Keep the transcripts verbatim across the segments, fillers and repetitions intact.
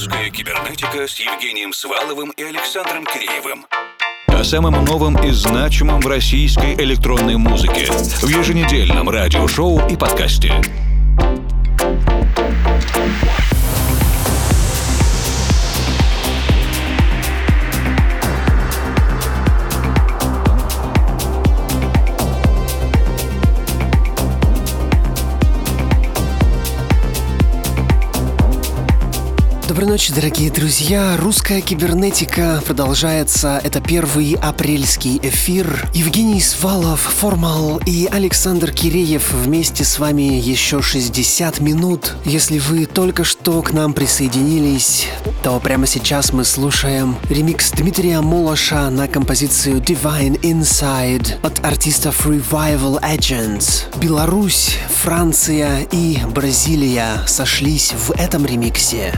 Русская кибернетика с Евгением Сваловым и Александром Киреевым. О самом новом и значимом в российской электронной музыке в еженедельном радиошоу и подкасте. Доброй ночи, дорогие друзья. Русская кибернетика продолжается. Это первый апрельский эфир. Евгений Свалов, Формал и Александр Киреев вместе с вами еще шестьдесят минут. Если вы только что к нам присоединились, то прямо сейчас мы слушаем ремикс Дмитрия Молоша на композицию Divine Inside от артистов Revival Agents. Беларусь, Франция и Бразилия сошлись в этом ремиксе.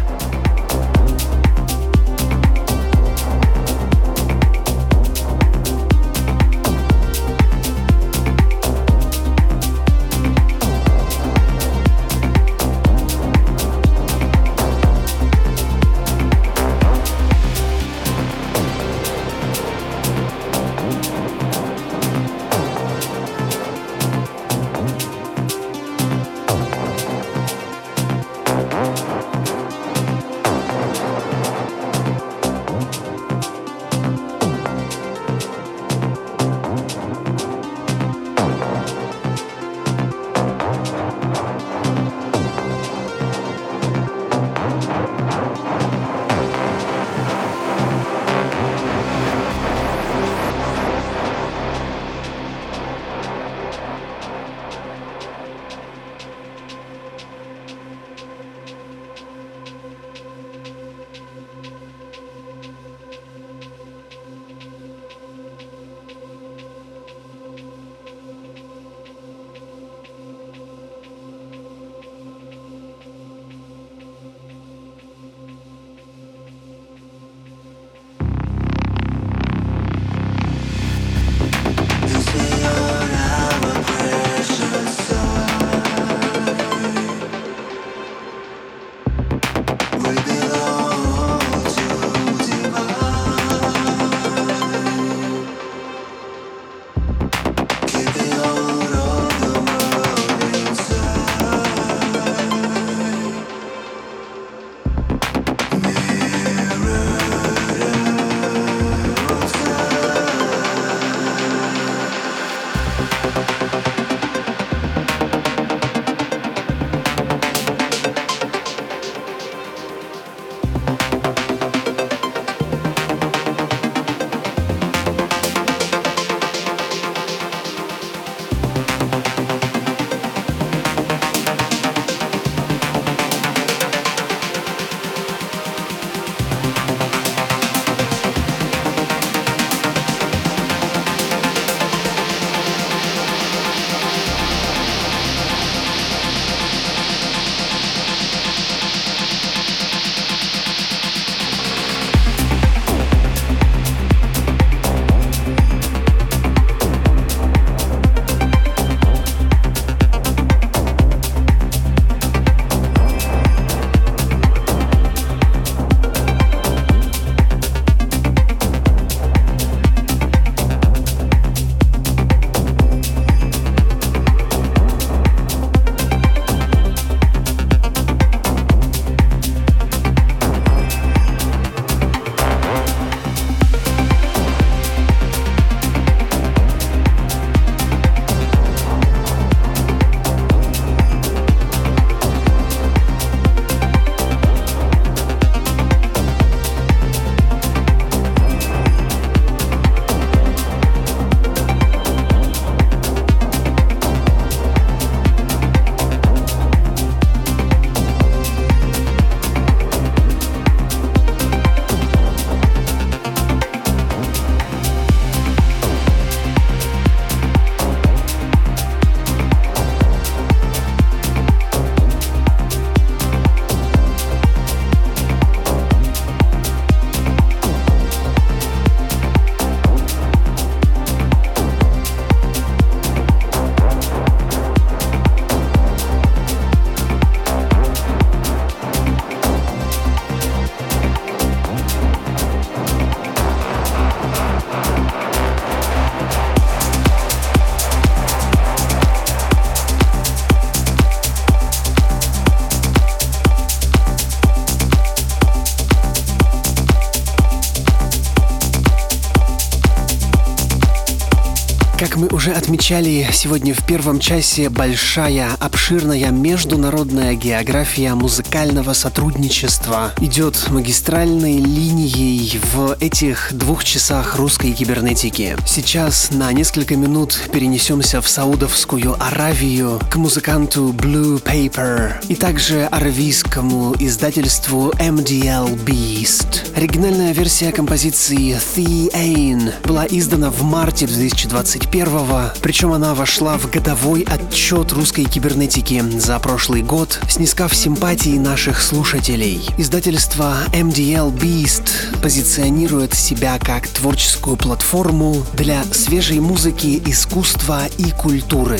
Как мы уже отмечали, сегодня в первом часе большая, обширная международная география музыкального сотрудничества идет магистральной линией в этих двух часах русской кибернетики. Сейчас на несколько минут перенесемся в Саудовскую Аравию к музыканту Blue Paper и также аравийскому издательству эм ди эл Beast. Оригинальная версия композиции The Ain была издана в марте две тысячи двадцать первого, причем она вошла в годовой отчет русской кибернетики за прошлый год, снискав симпатии наших слушателей. Издательство эм ди эл Beast позиционирует себя как творческую платформу для свежей музыки, искусства и культуры.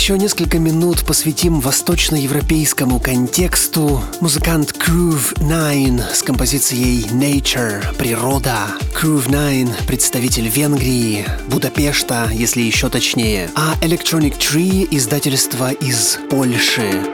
Еще несколько минут посвятим восточноевропейскому контексту. Музыкант Groove Nine с композицией Nature — природа. Groove Nine — представитель Венгрии, Будапешта, если еще точнее, а Electronic Tree — издательство из Польши.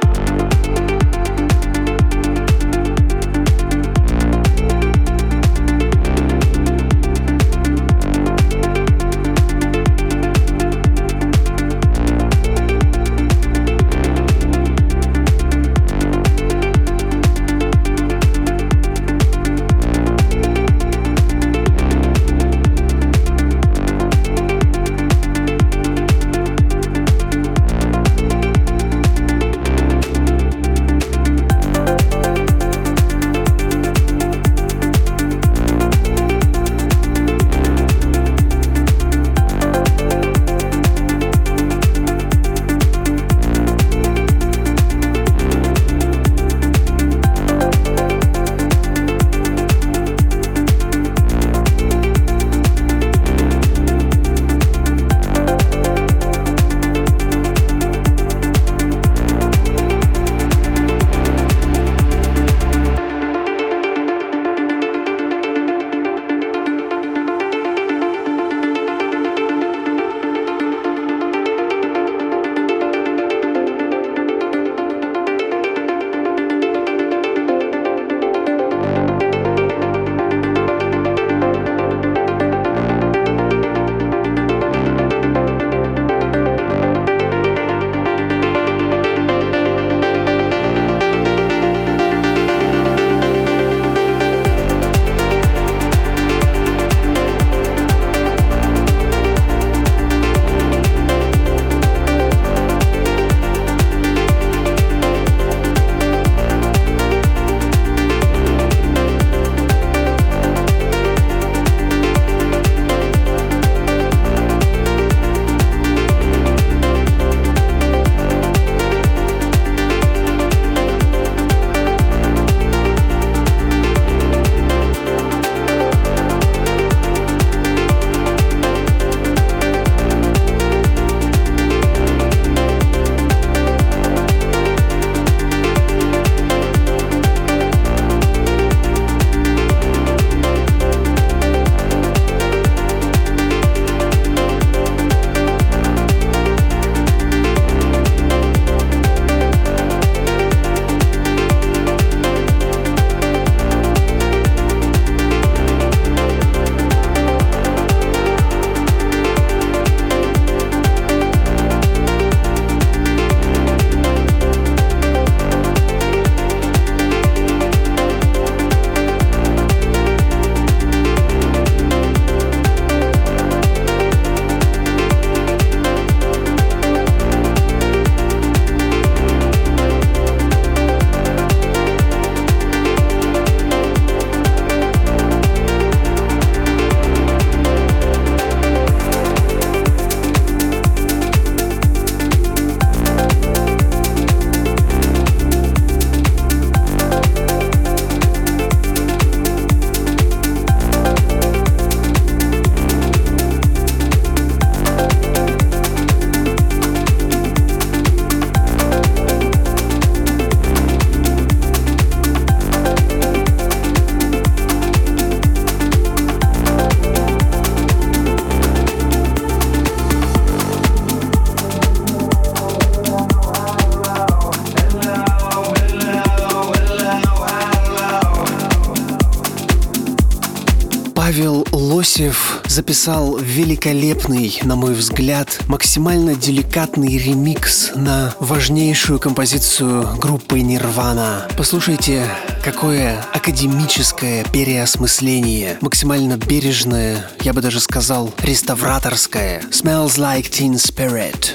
Павел Лосев записал великолепный, на мой взгляд, максимально деликатный ремикс на важнейшую композицию группы Nirvana. Послушайте, какое академическое переосмысление, максимально бережное, я бы даже сказал, реставраторское. Smells Like Teen Spirit.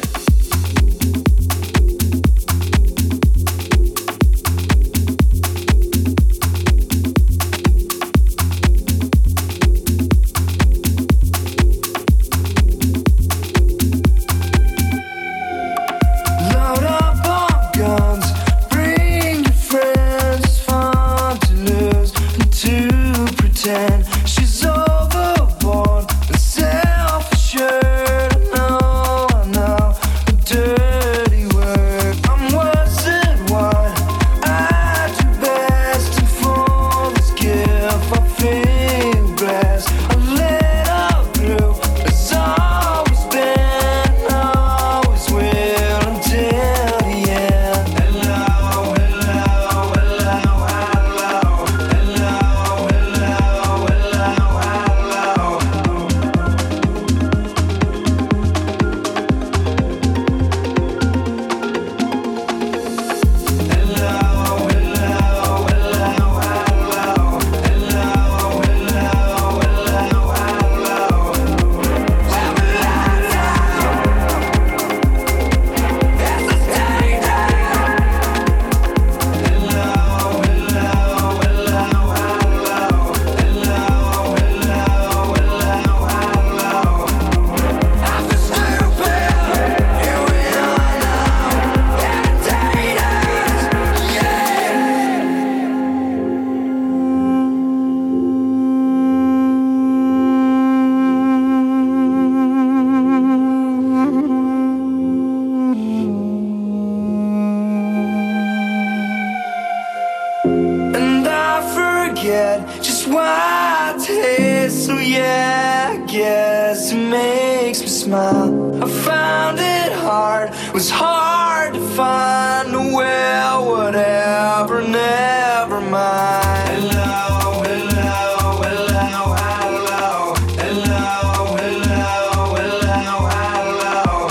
She's overboard and self-assured. No, no, forget just what it is. So yeah, I guess it makes me smile. I found it hard, it was hard to find a well, whatever, never mind. Hello, hello, hello, hello, hello, hello, hello, hello.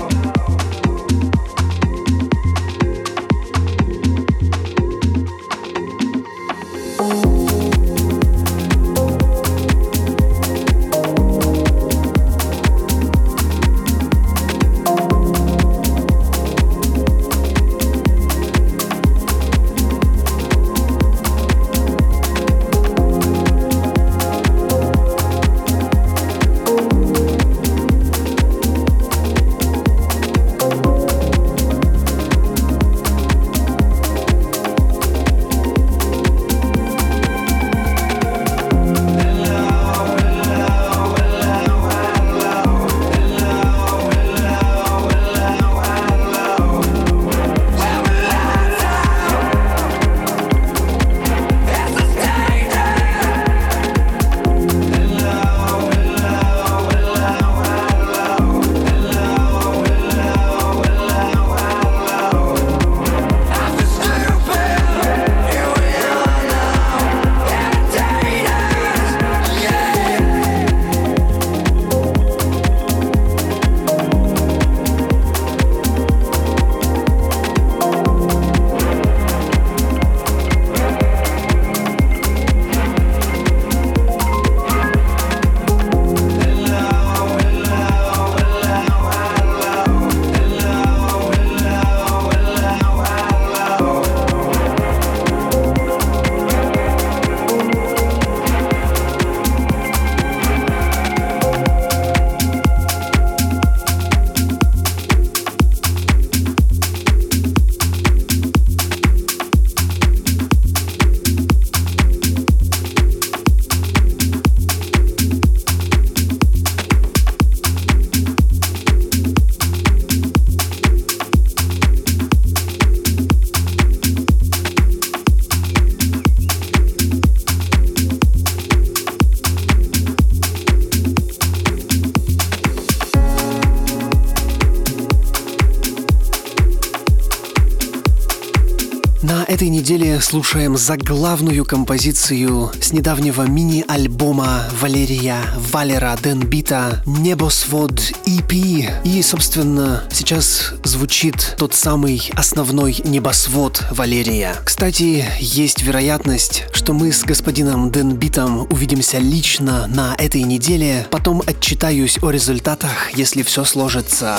На этой неделе слушаем заглавную композицию с недавнего мини-альбома Валерия Валера Денбита «Небосвод и пи». И, собственно, сейчас звучит тот самый основной небосвод Валерия. Кстати, есть вероятность, что мы с господином Денбитом увидимся лично на этой неделе. Потом отчитаюсь о результатах, если все сложится.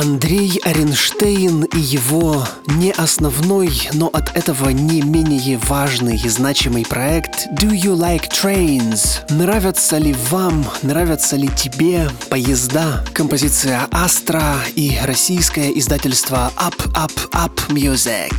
Андрей Оренштейн и его не основной, но от этого не менее важный и значимый проект Do You Like Trains? Нравятся ли вам, нравятся ли тебе поезда? Композиция Астра и российское издательство Up Up Up Music.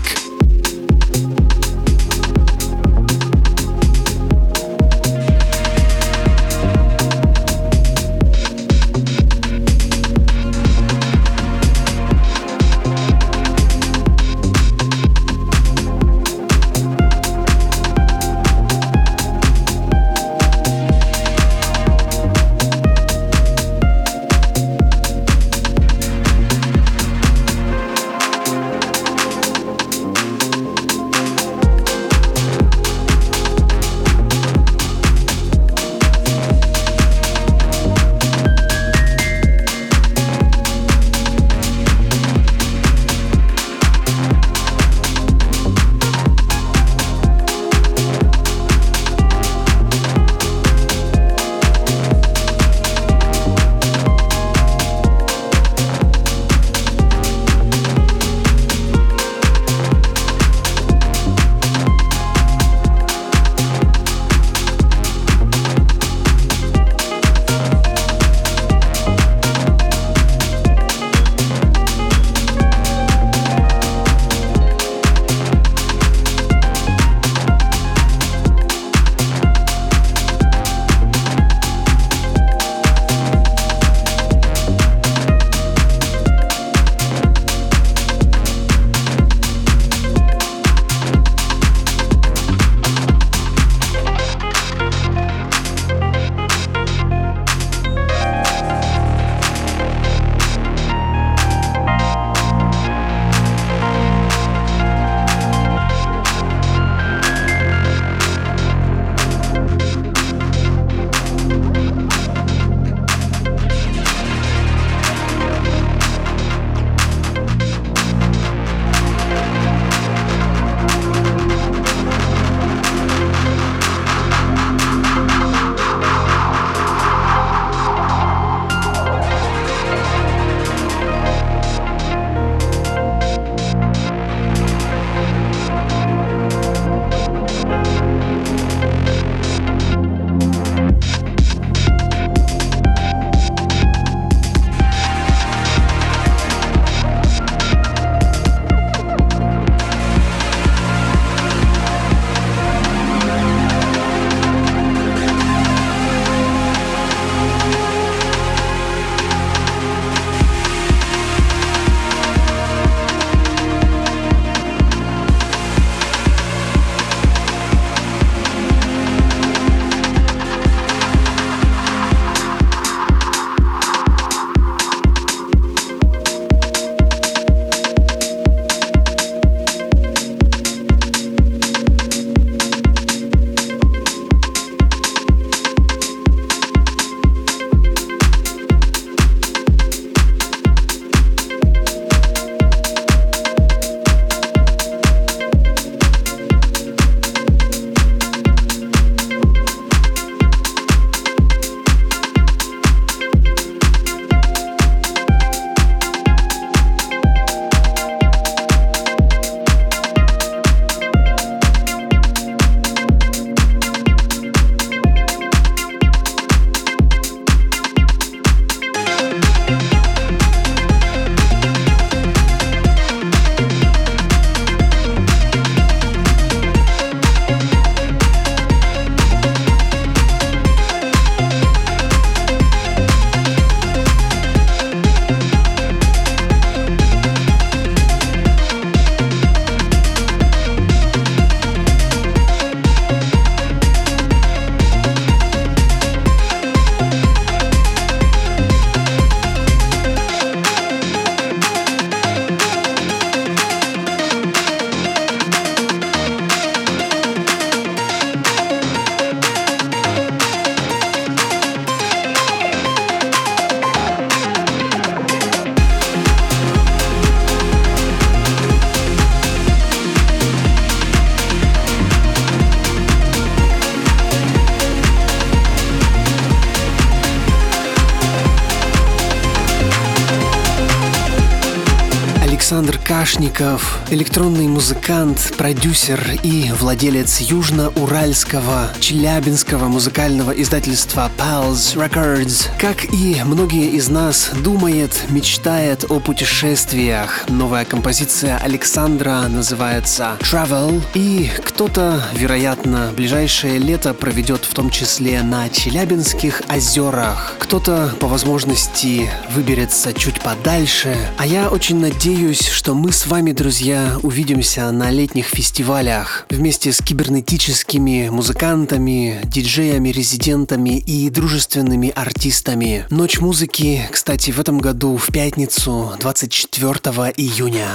Кашников, электронный музыкант, продюсер и владелец южно-уральского, челябинского музыкального издательства Pulse Records. Как и многие из нас, думает, мечтает о путешествиях. Новая композиция Александра называется Travel, и кто-то, вероятно, ближайшее лето проведет в том числе на Челябинских озерах. Кто-то, по возможности, выберется чуть подальше. А я очень надеюсь, что мы с вами, друзья, увидимся на летних фестивалях вместе с кибернетическими музыкантами, диджеями, резидентами и дружественными артистами. Ночь музыки, кстати, в этом году в пятницу, двадцать четвёртого июня.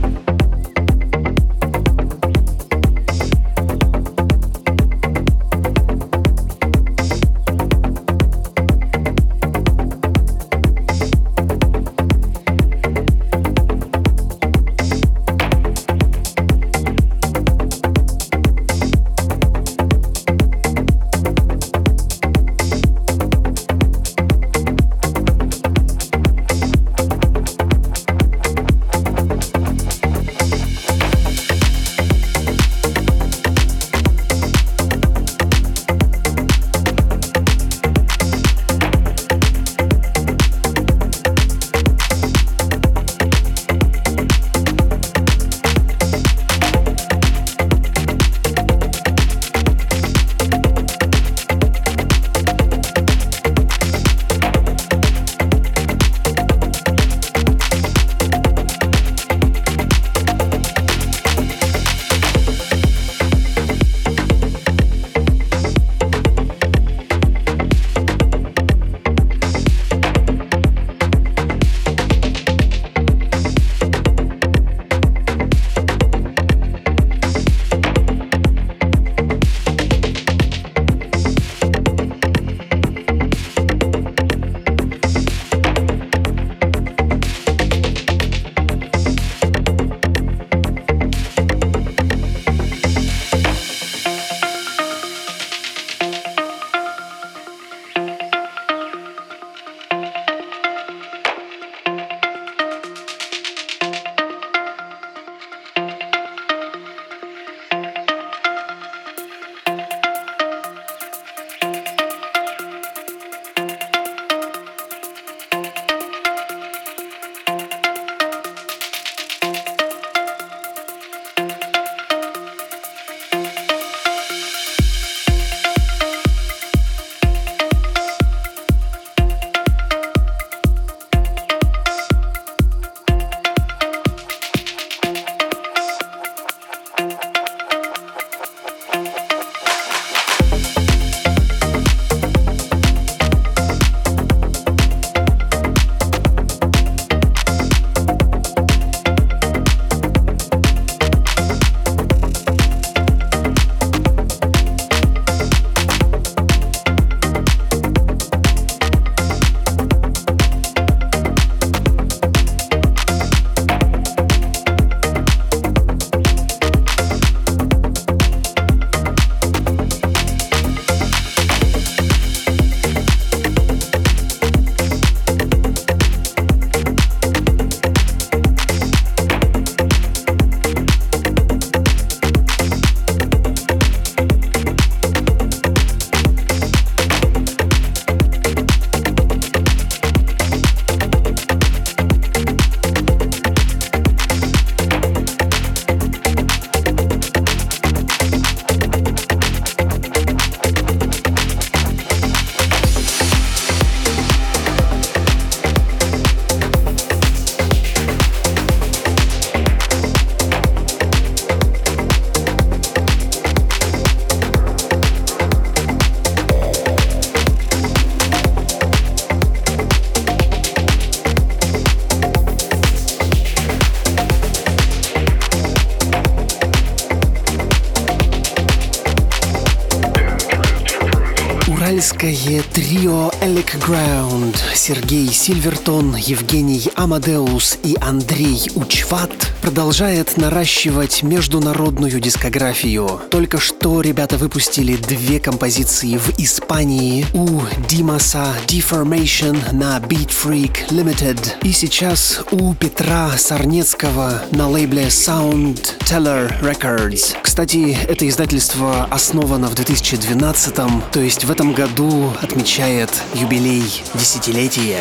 Уральское трио Elec Ground, Сергей Сильвертон, Евгений Амадеус и Андрей Учват продолжает наращивать международную дискографию. Только что ребята выпустили две композиции в Испании у Димаса Deformation на Beat Freak Limited и сейчас у Петра Сарнецкого на лейбле Sound Teller Records. Кстати, это издательство основано в две тысячи двенадцатом, то есть в этом году отмечает юбилей десятилетия.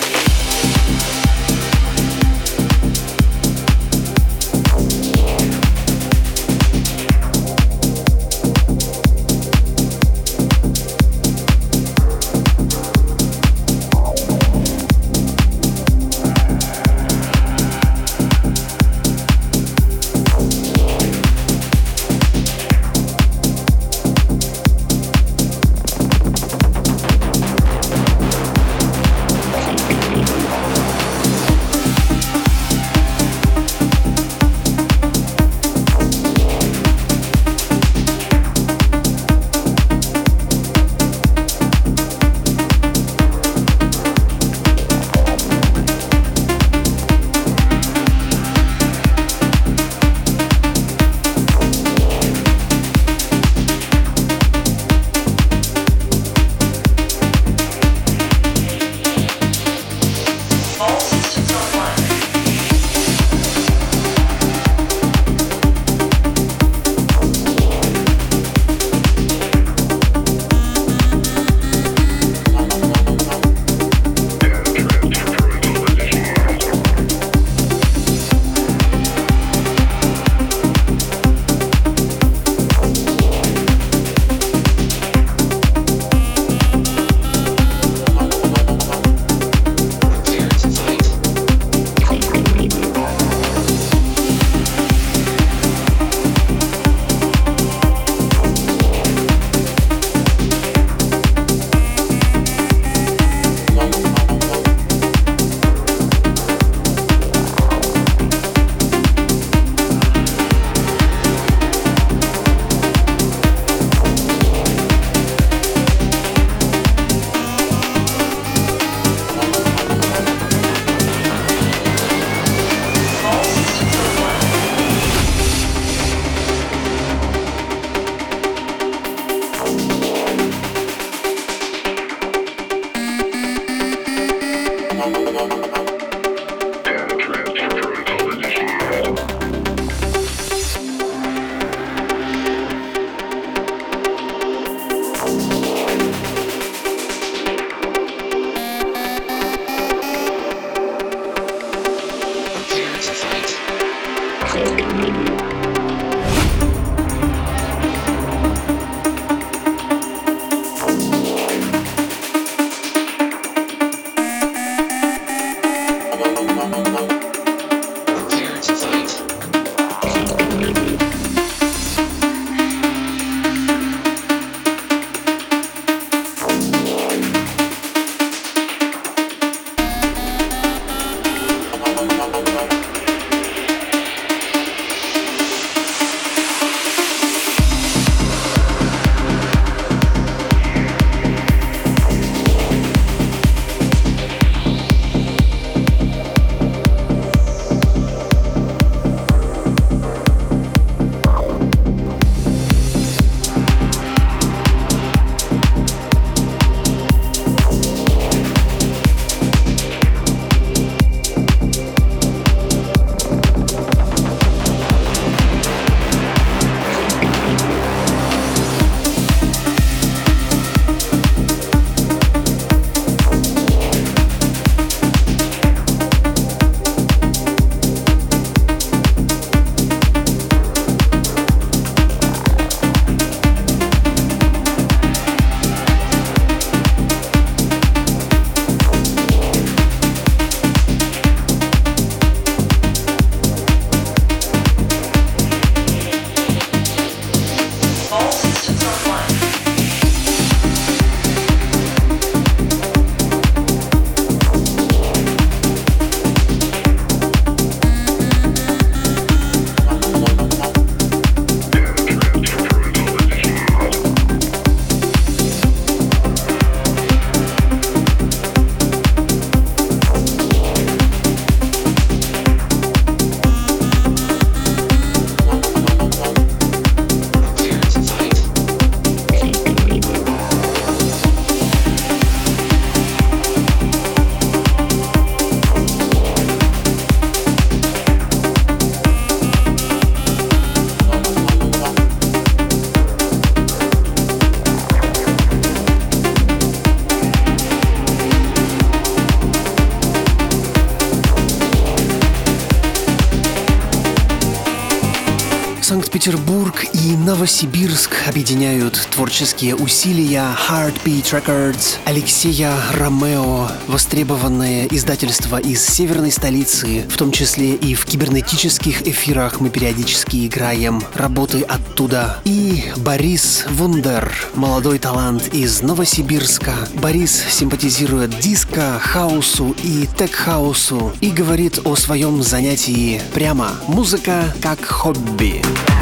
Санкт-Петербург и Новосибирск объединяют творческие усилия Heartbeat Records Алексея Ромео, востребованное издательство из северной столицы, в том числе и в кибернетических эфирах мы периодически играем работы оттуда. И Борис Вундер, молодой талант из Новосибирска. Борис симпатизирует диско, хаусу и тех-хаусу и говорит о своем занятии прямо: музыка как хобби.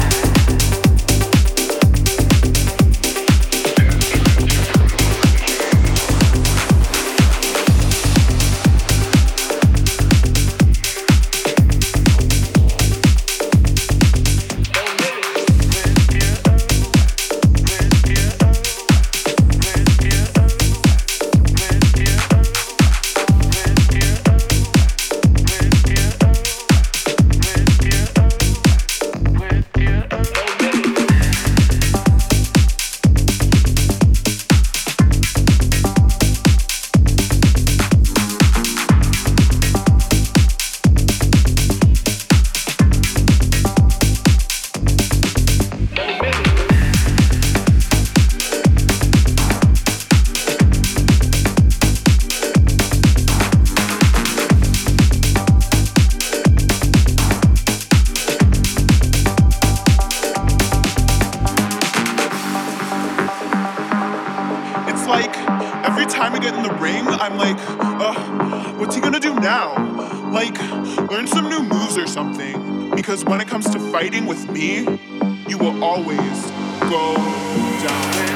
Because when it comes to fighting with me, you will always go down.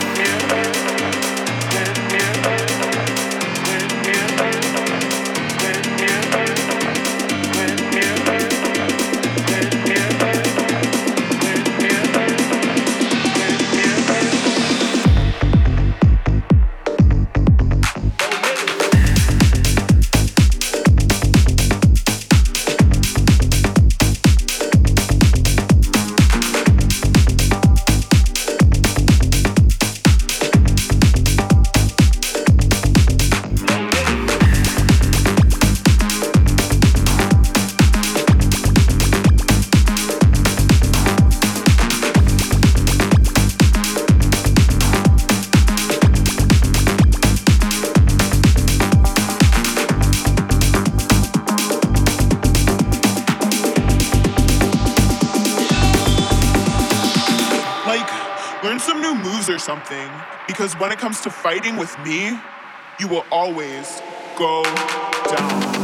Something, because when it comes to fighting with me, you will always go down.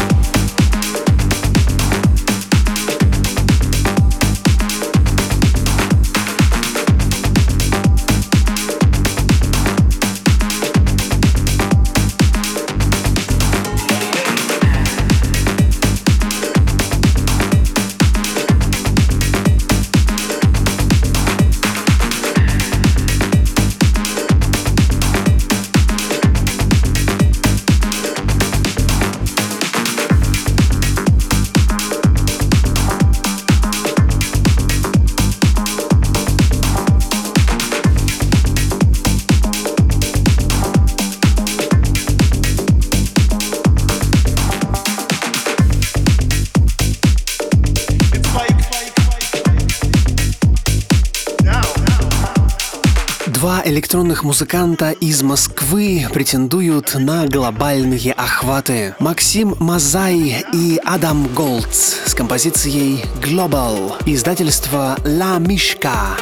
Два электронных музыканта из Москвы претендуют на глобальные охваты. Максим Мазай и Адам Голдс с композицией «Global», издательство «La Mishka».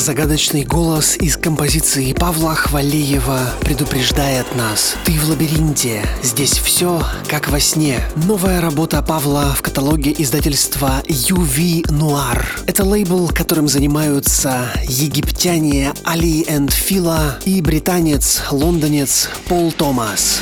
Загадочный голос из композиции Павла Хвалеева предупреждает нас: ты в лабиринте, здесь все как во сне. Новая работа Павла в каталоге издательства ю ви Noir. Это лейбл, которым занимаются египтяне Али энд Фила и британец-лондонец Пол Томас.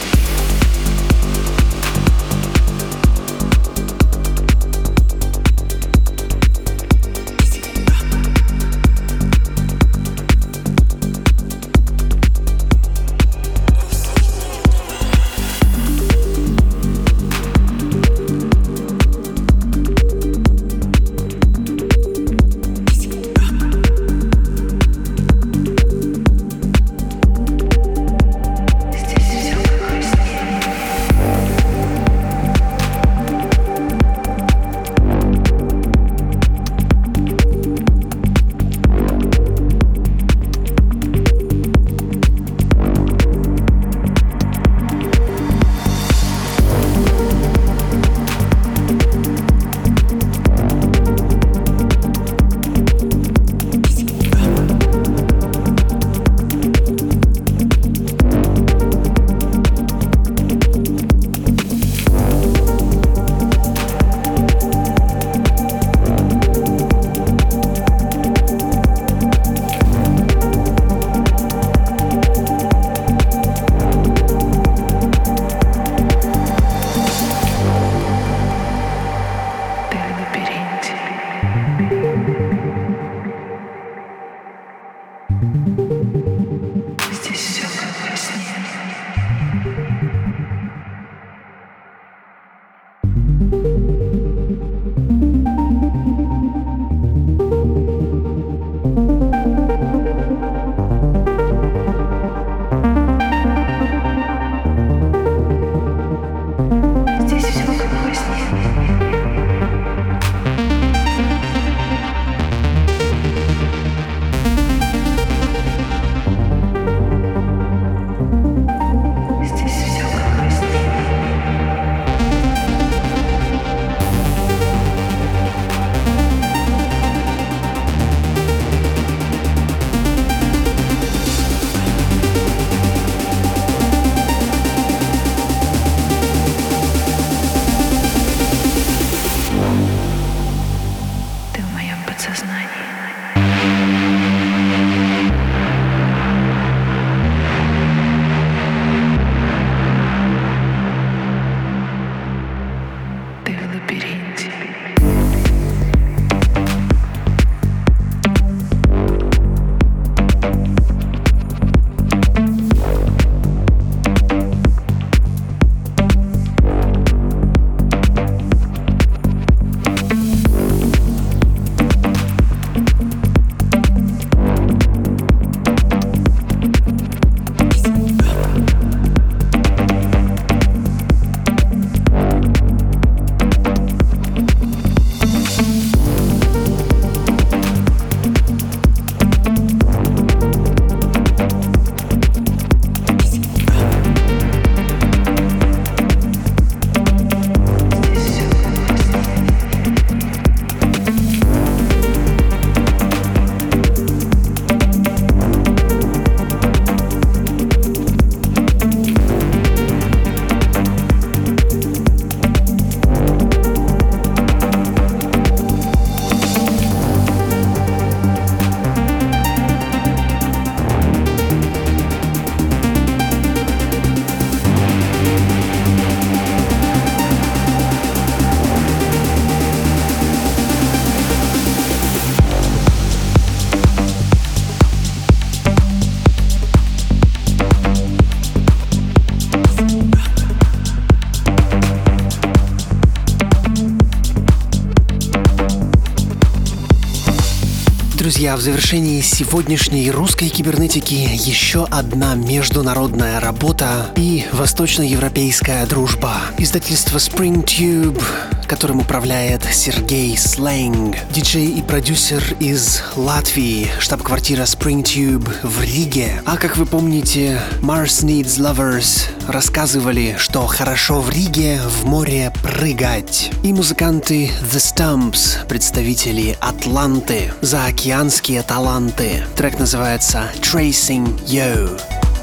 Друзья, в завершении сегодняшней русской кибернетики еще одна международная работа и восточноевропейская дружба. Издательство Springtube, которым управляет Сергей Слэнг, диджей и продюсер из Латвии, штаб-квартира Springtube в Риге. А как вы помните, Mars Needs Lovers рассказывали, что хорошо в Риге в море прыгать. И музыканты The Stumps, представители Атланты, заокеанские таланты. Трек называется Tracing You.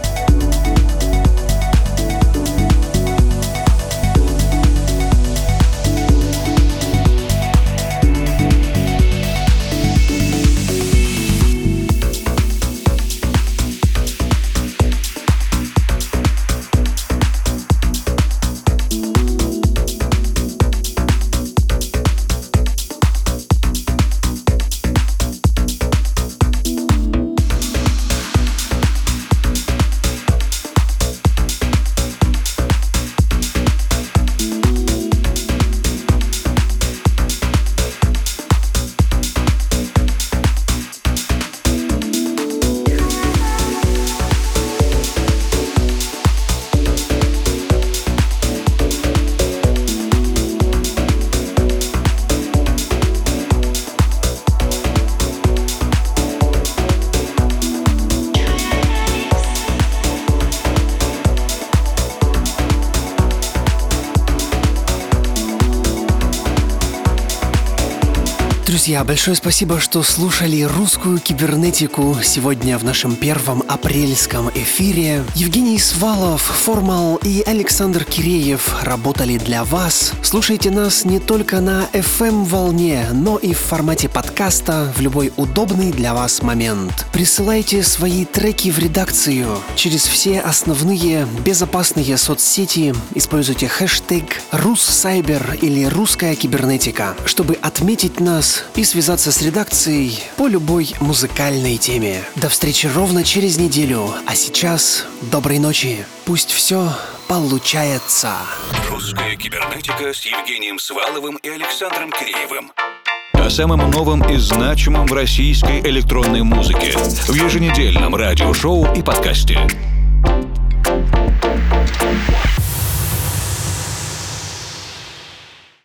Друзья, большое спасибо, что слушали русскую кибернетику сегодня в нашем первом апрельском эфире. Евгений Свалов, Формал и Александр Киреев работали для вас. Слушайте нас не только на эф эм-волне, но и в формате подкаста в любой удобный для вас момент. Присылайте свои треки в редакцию через все основные безопасные соцсети. Используйте хэштег «Руссайбер» или «Русская кибернетика», чтобы отметить нас и связаться с редакцией по любой музыкальной теме. До встречи ровно через неделю. А сейчас доброй ночи. Пусть все получается. Русская кибернетика с Евгением Сваловым и Александром Киреевым. О самом новом и значимом в российской электронной музыке в еженедельном радиошоу и подкасте.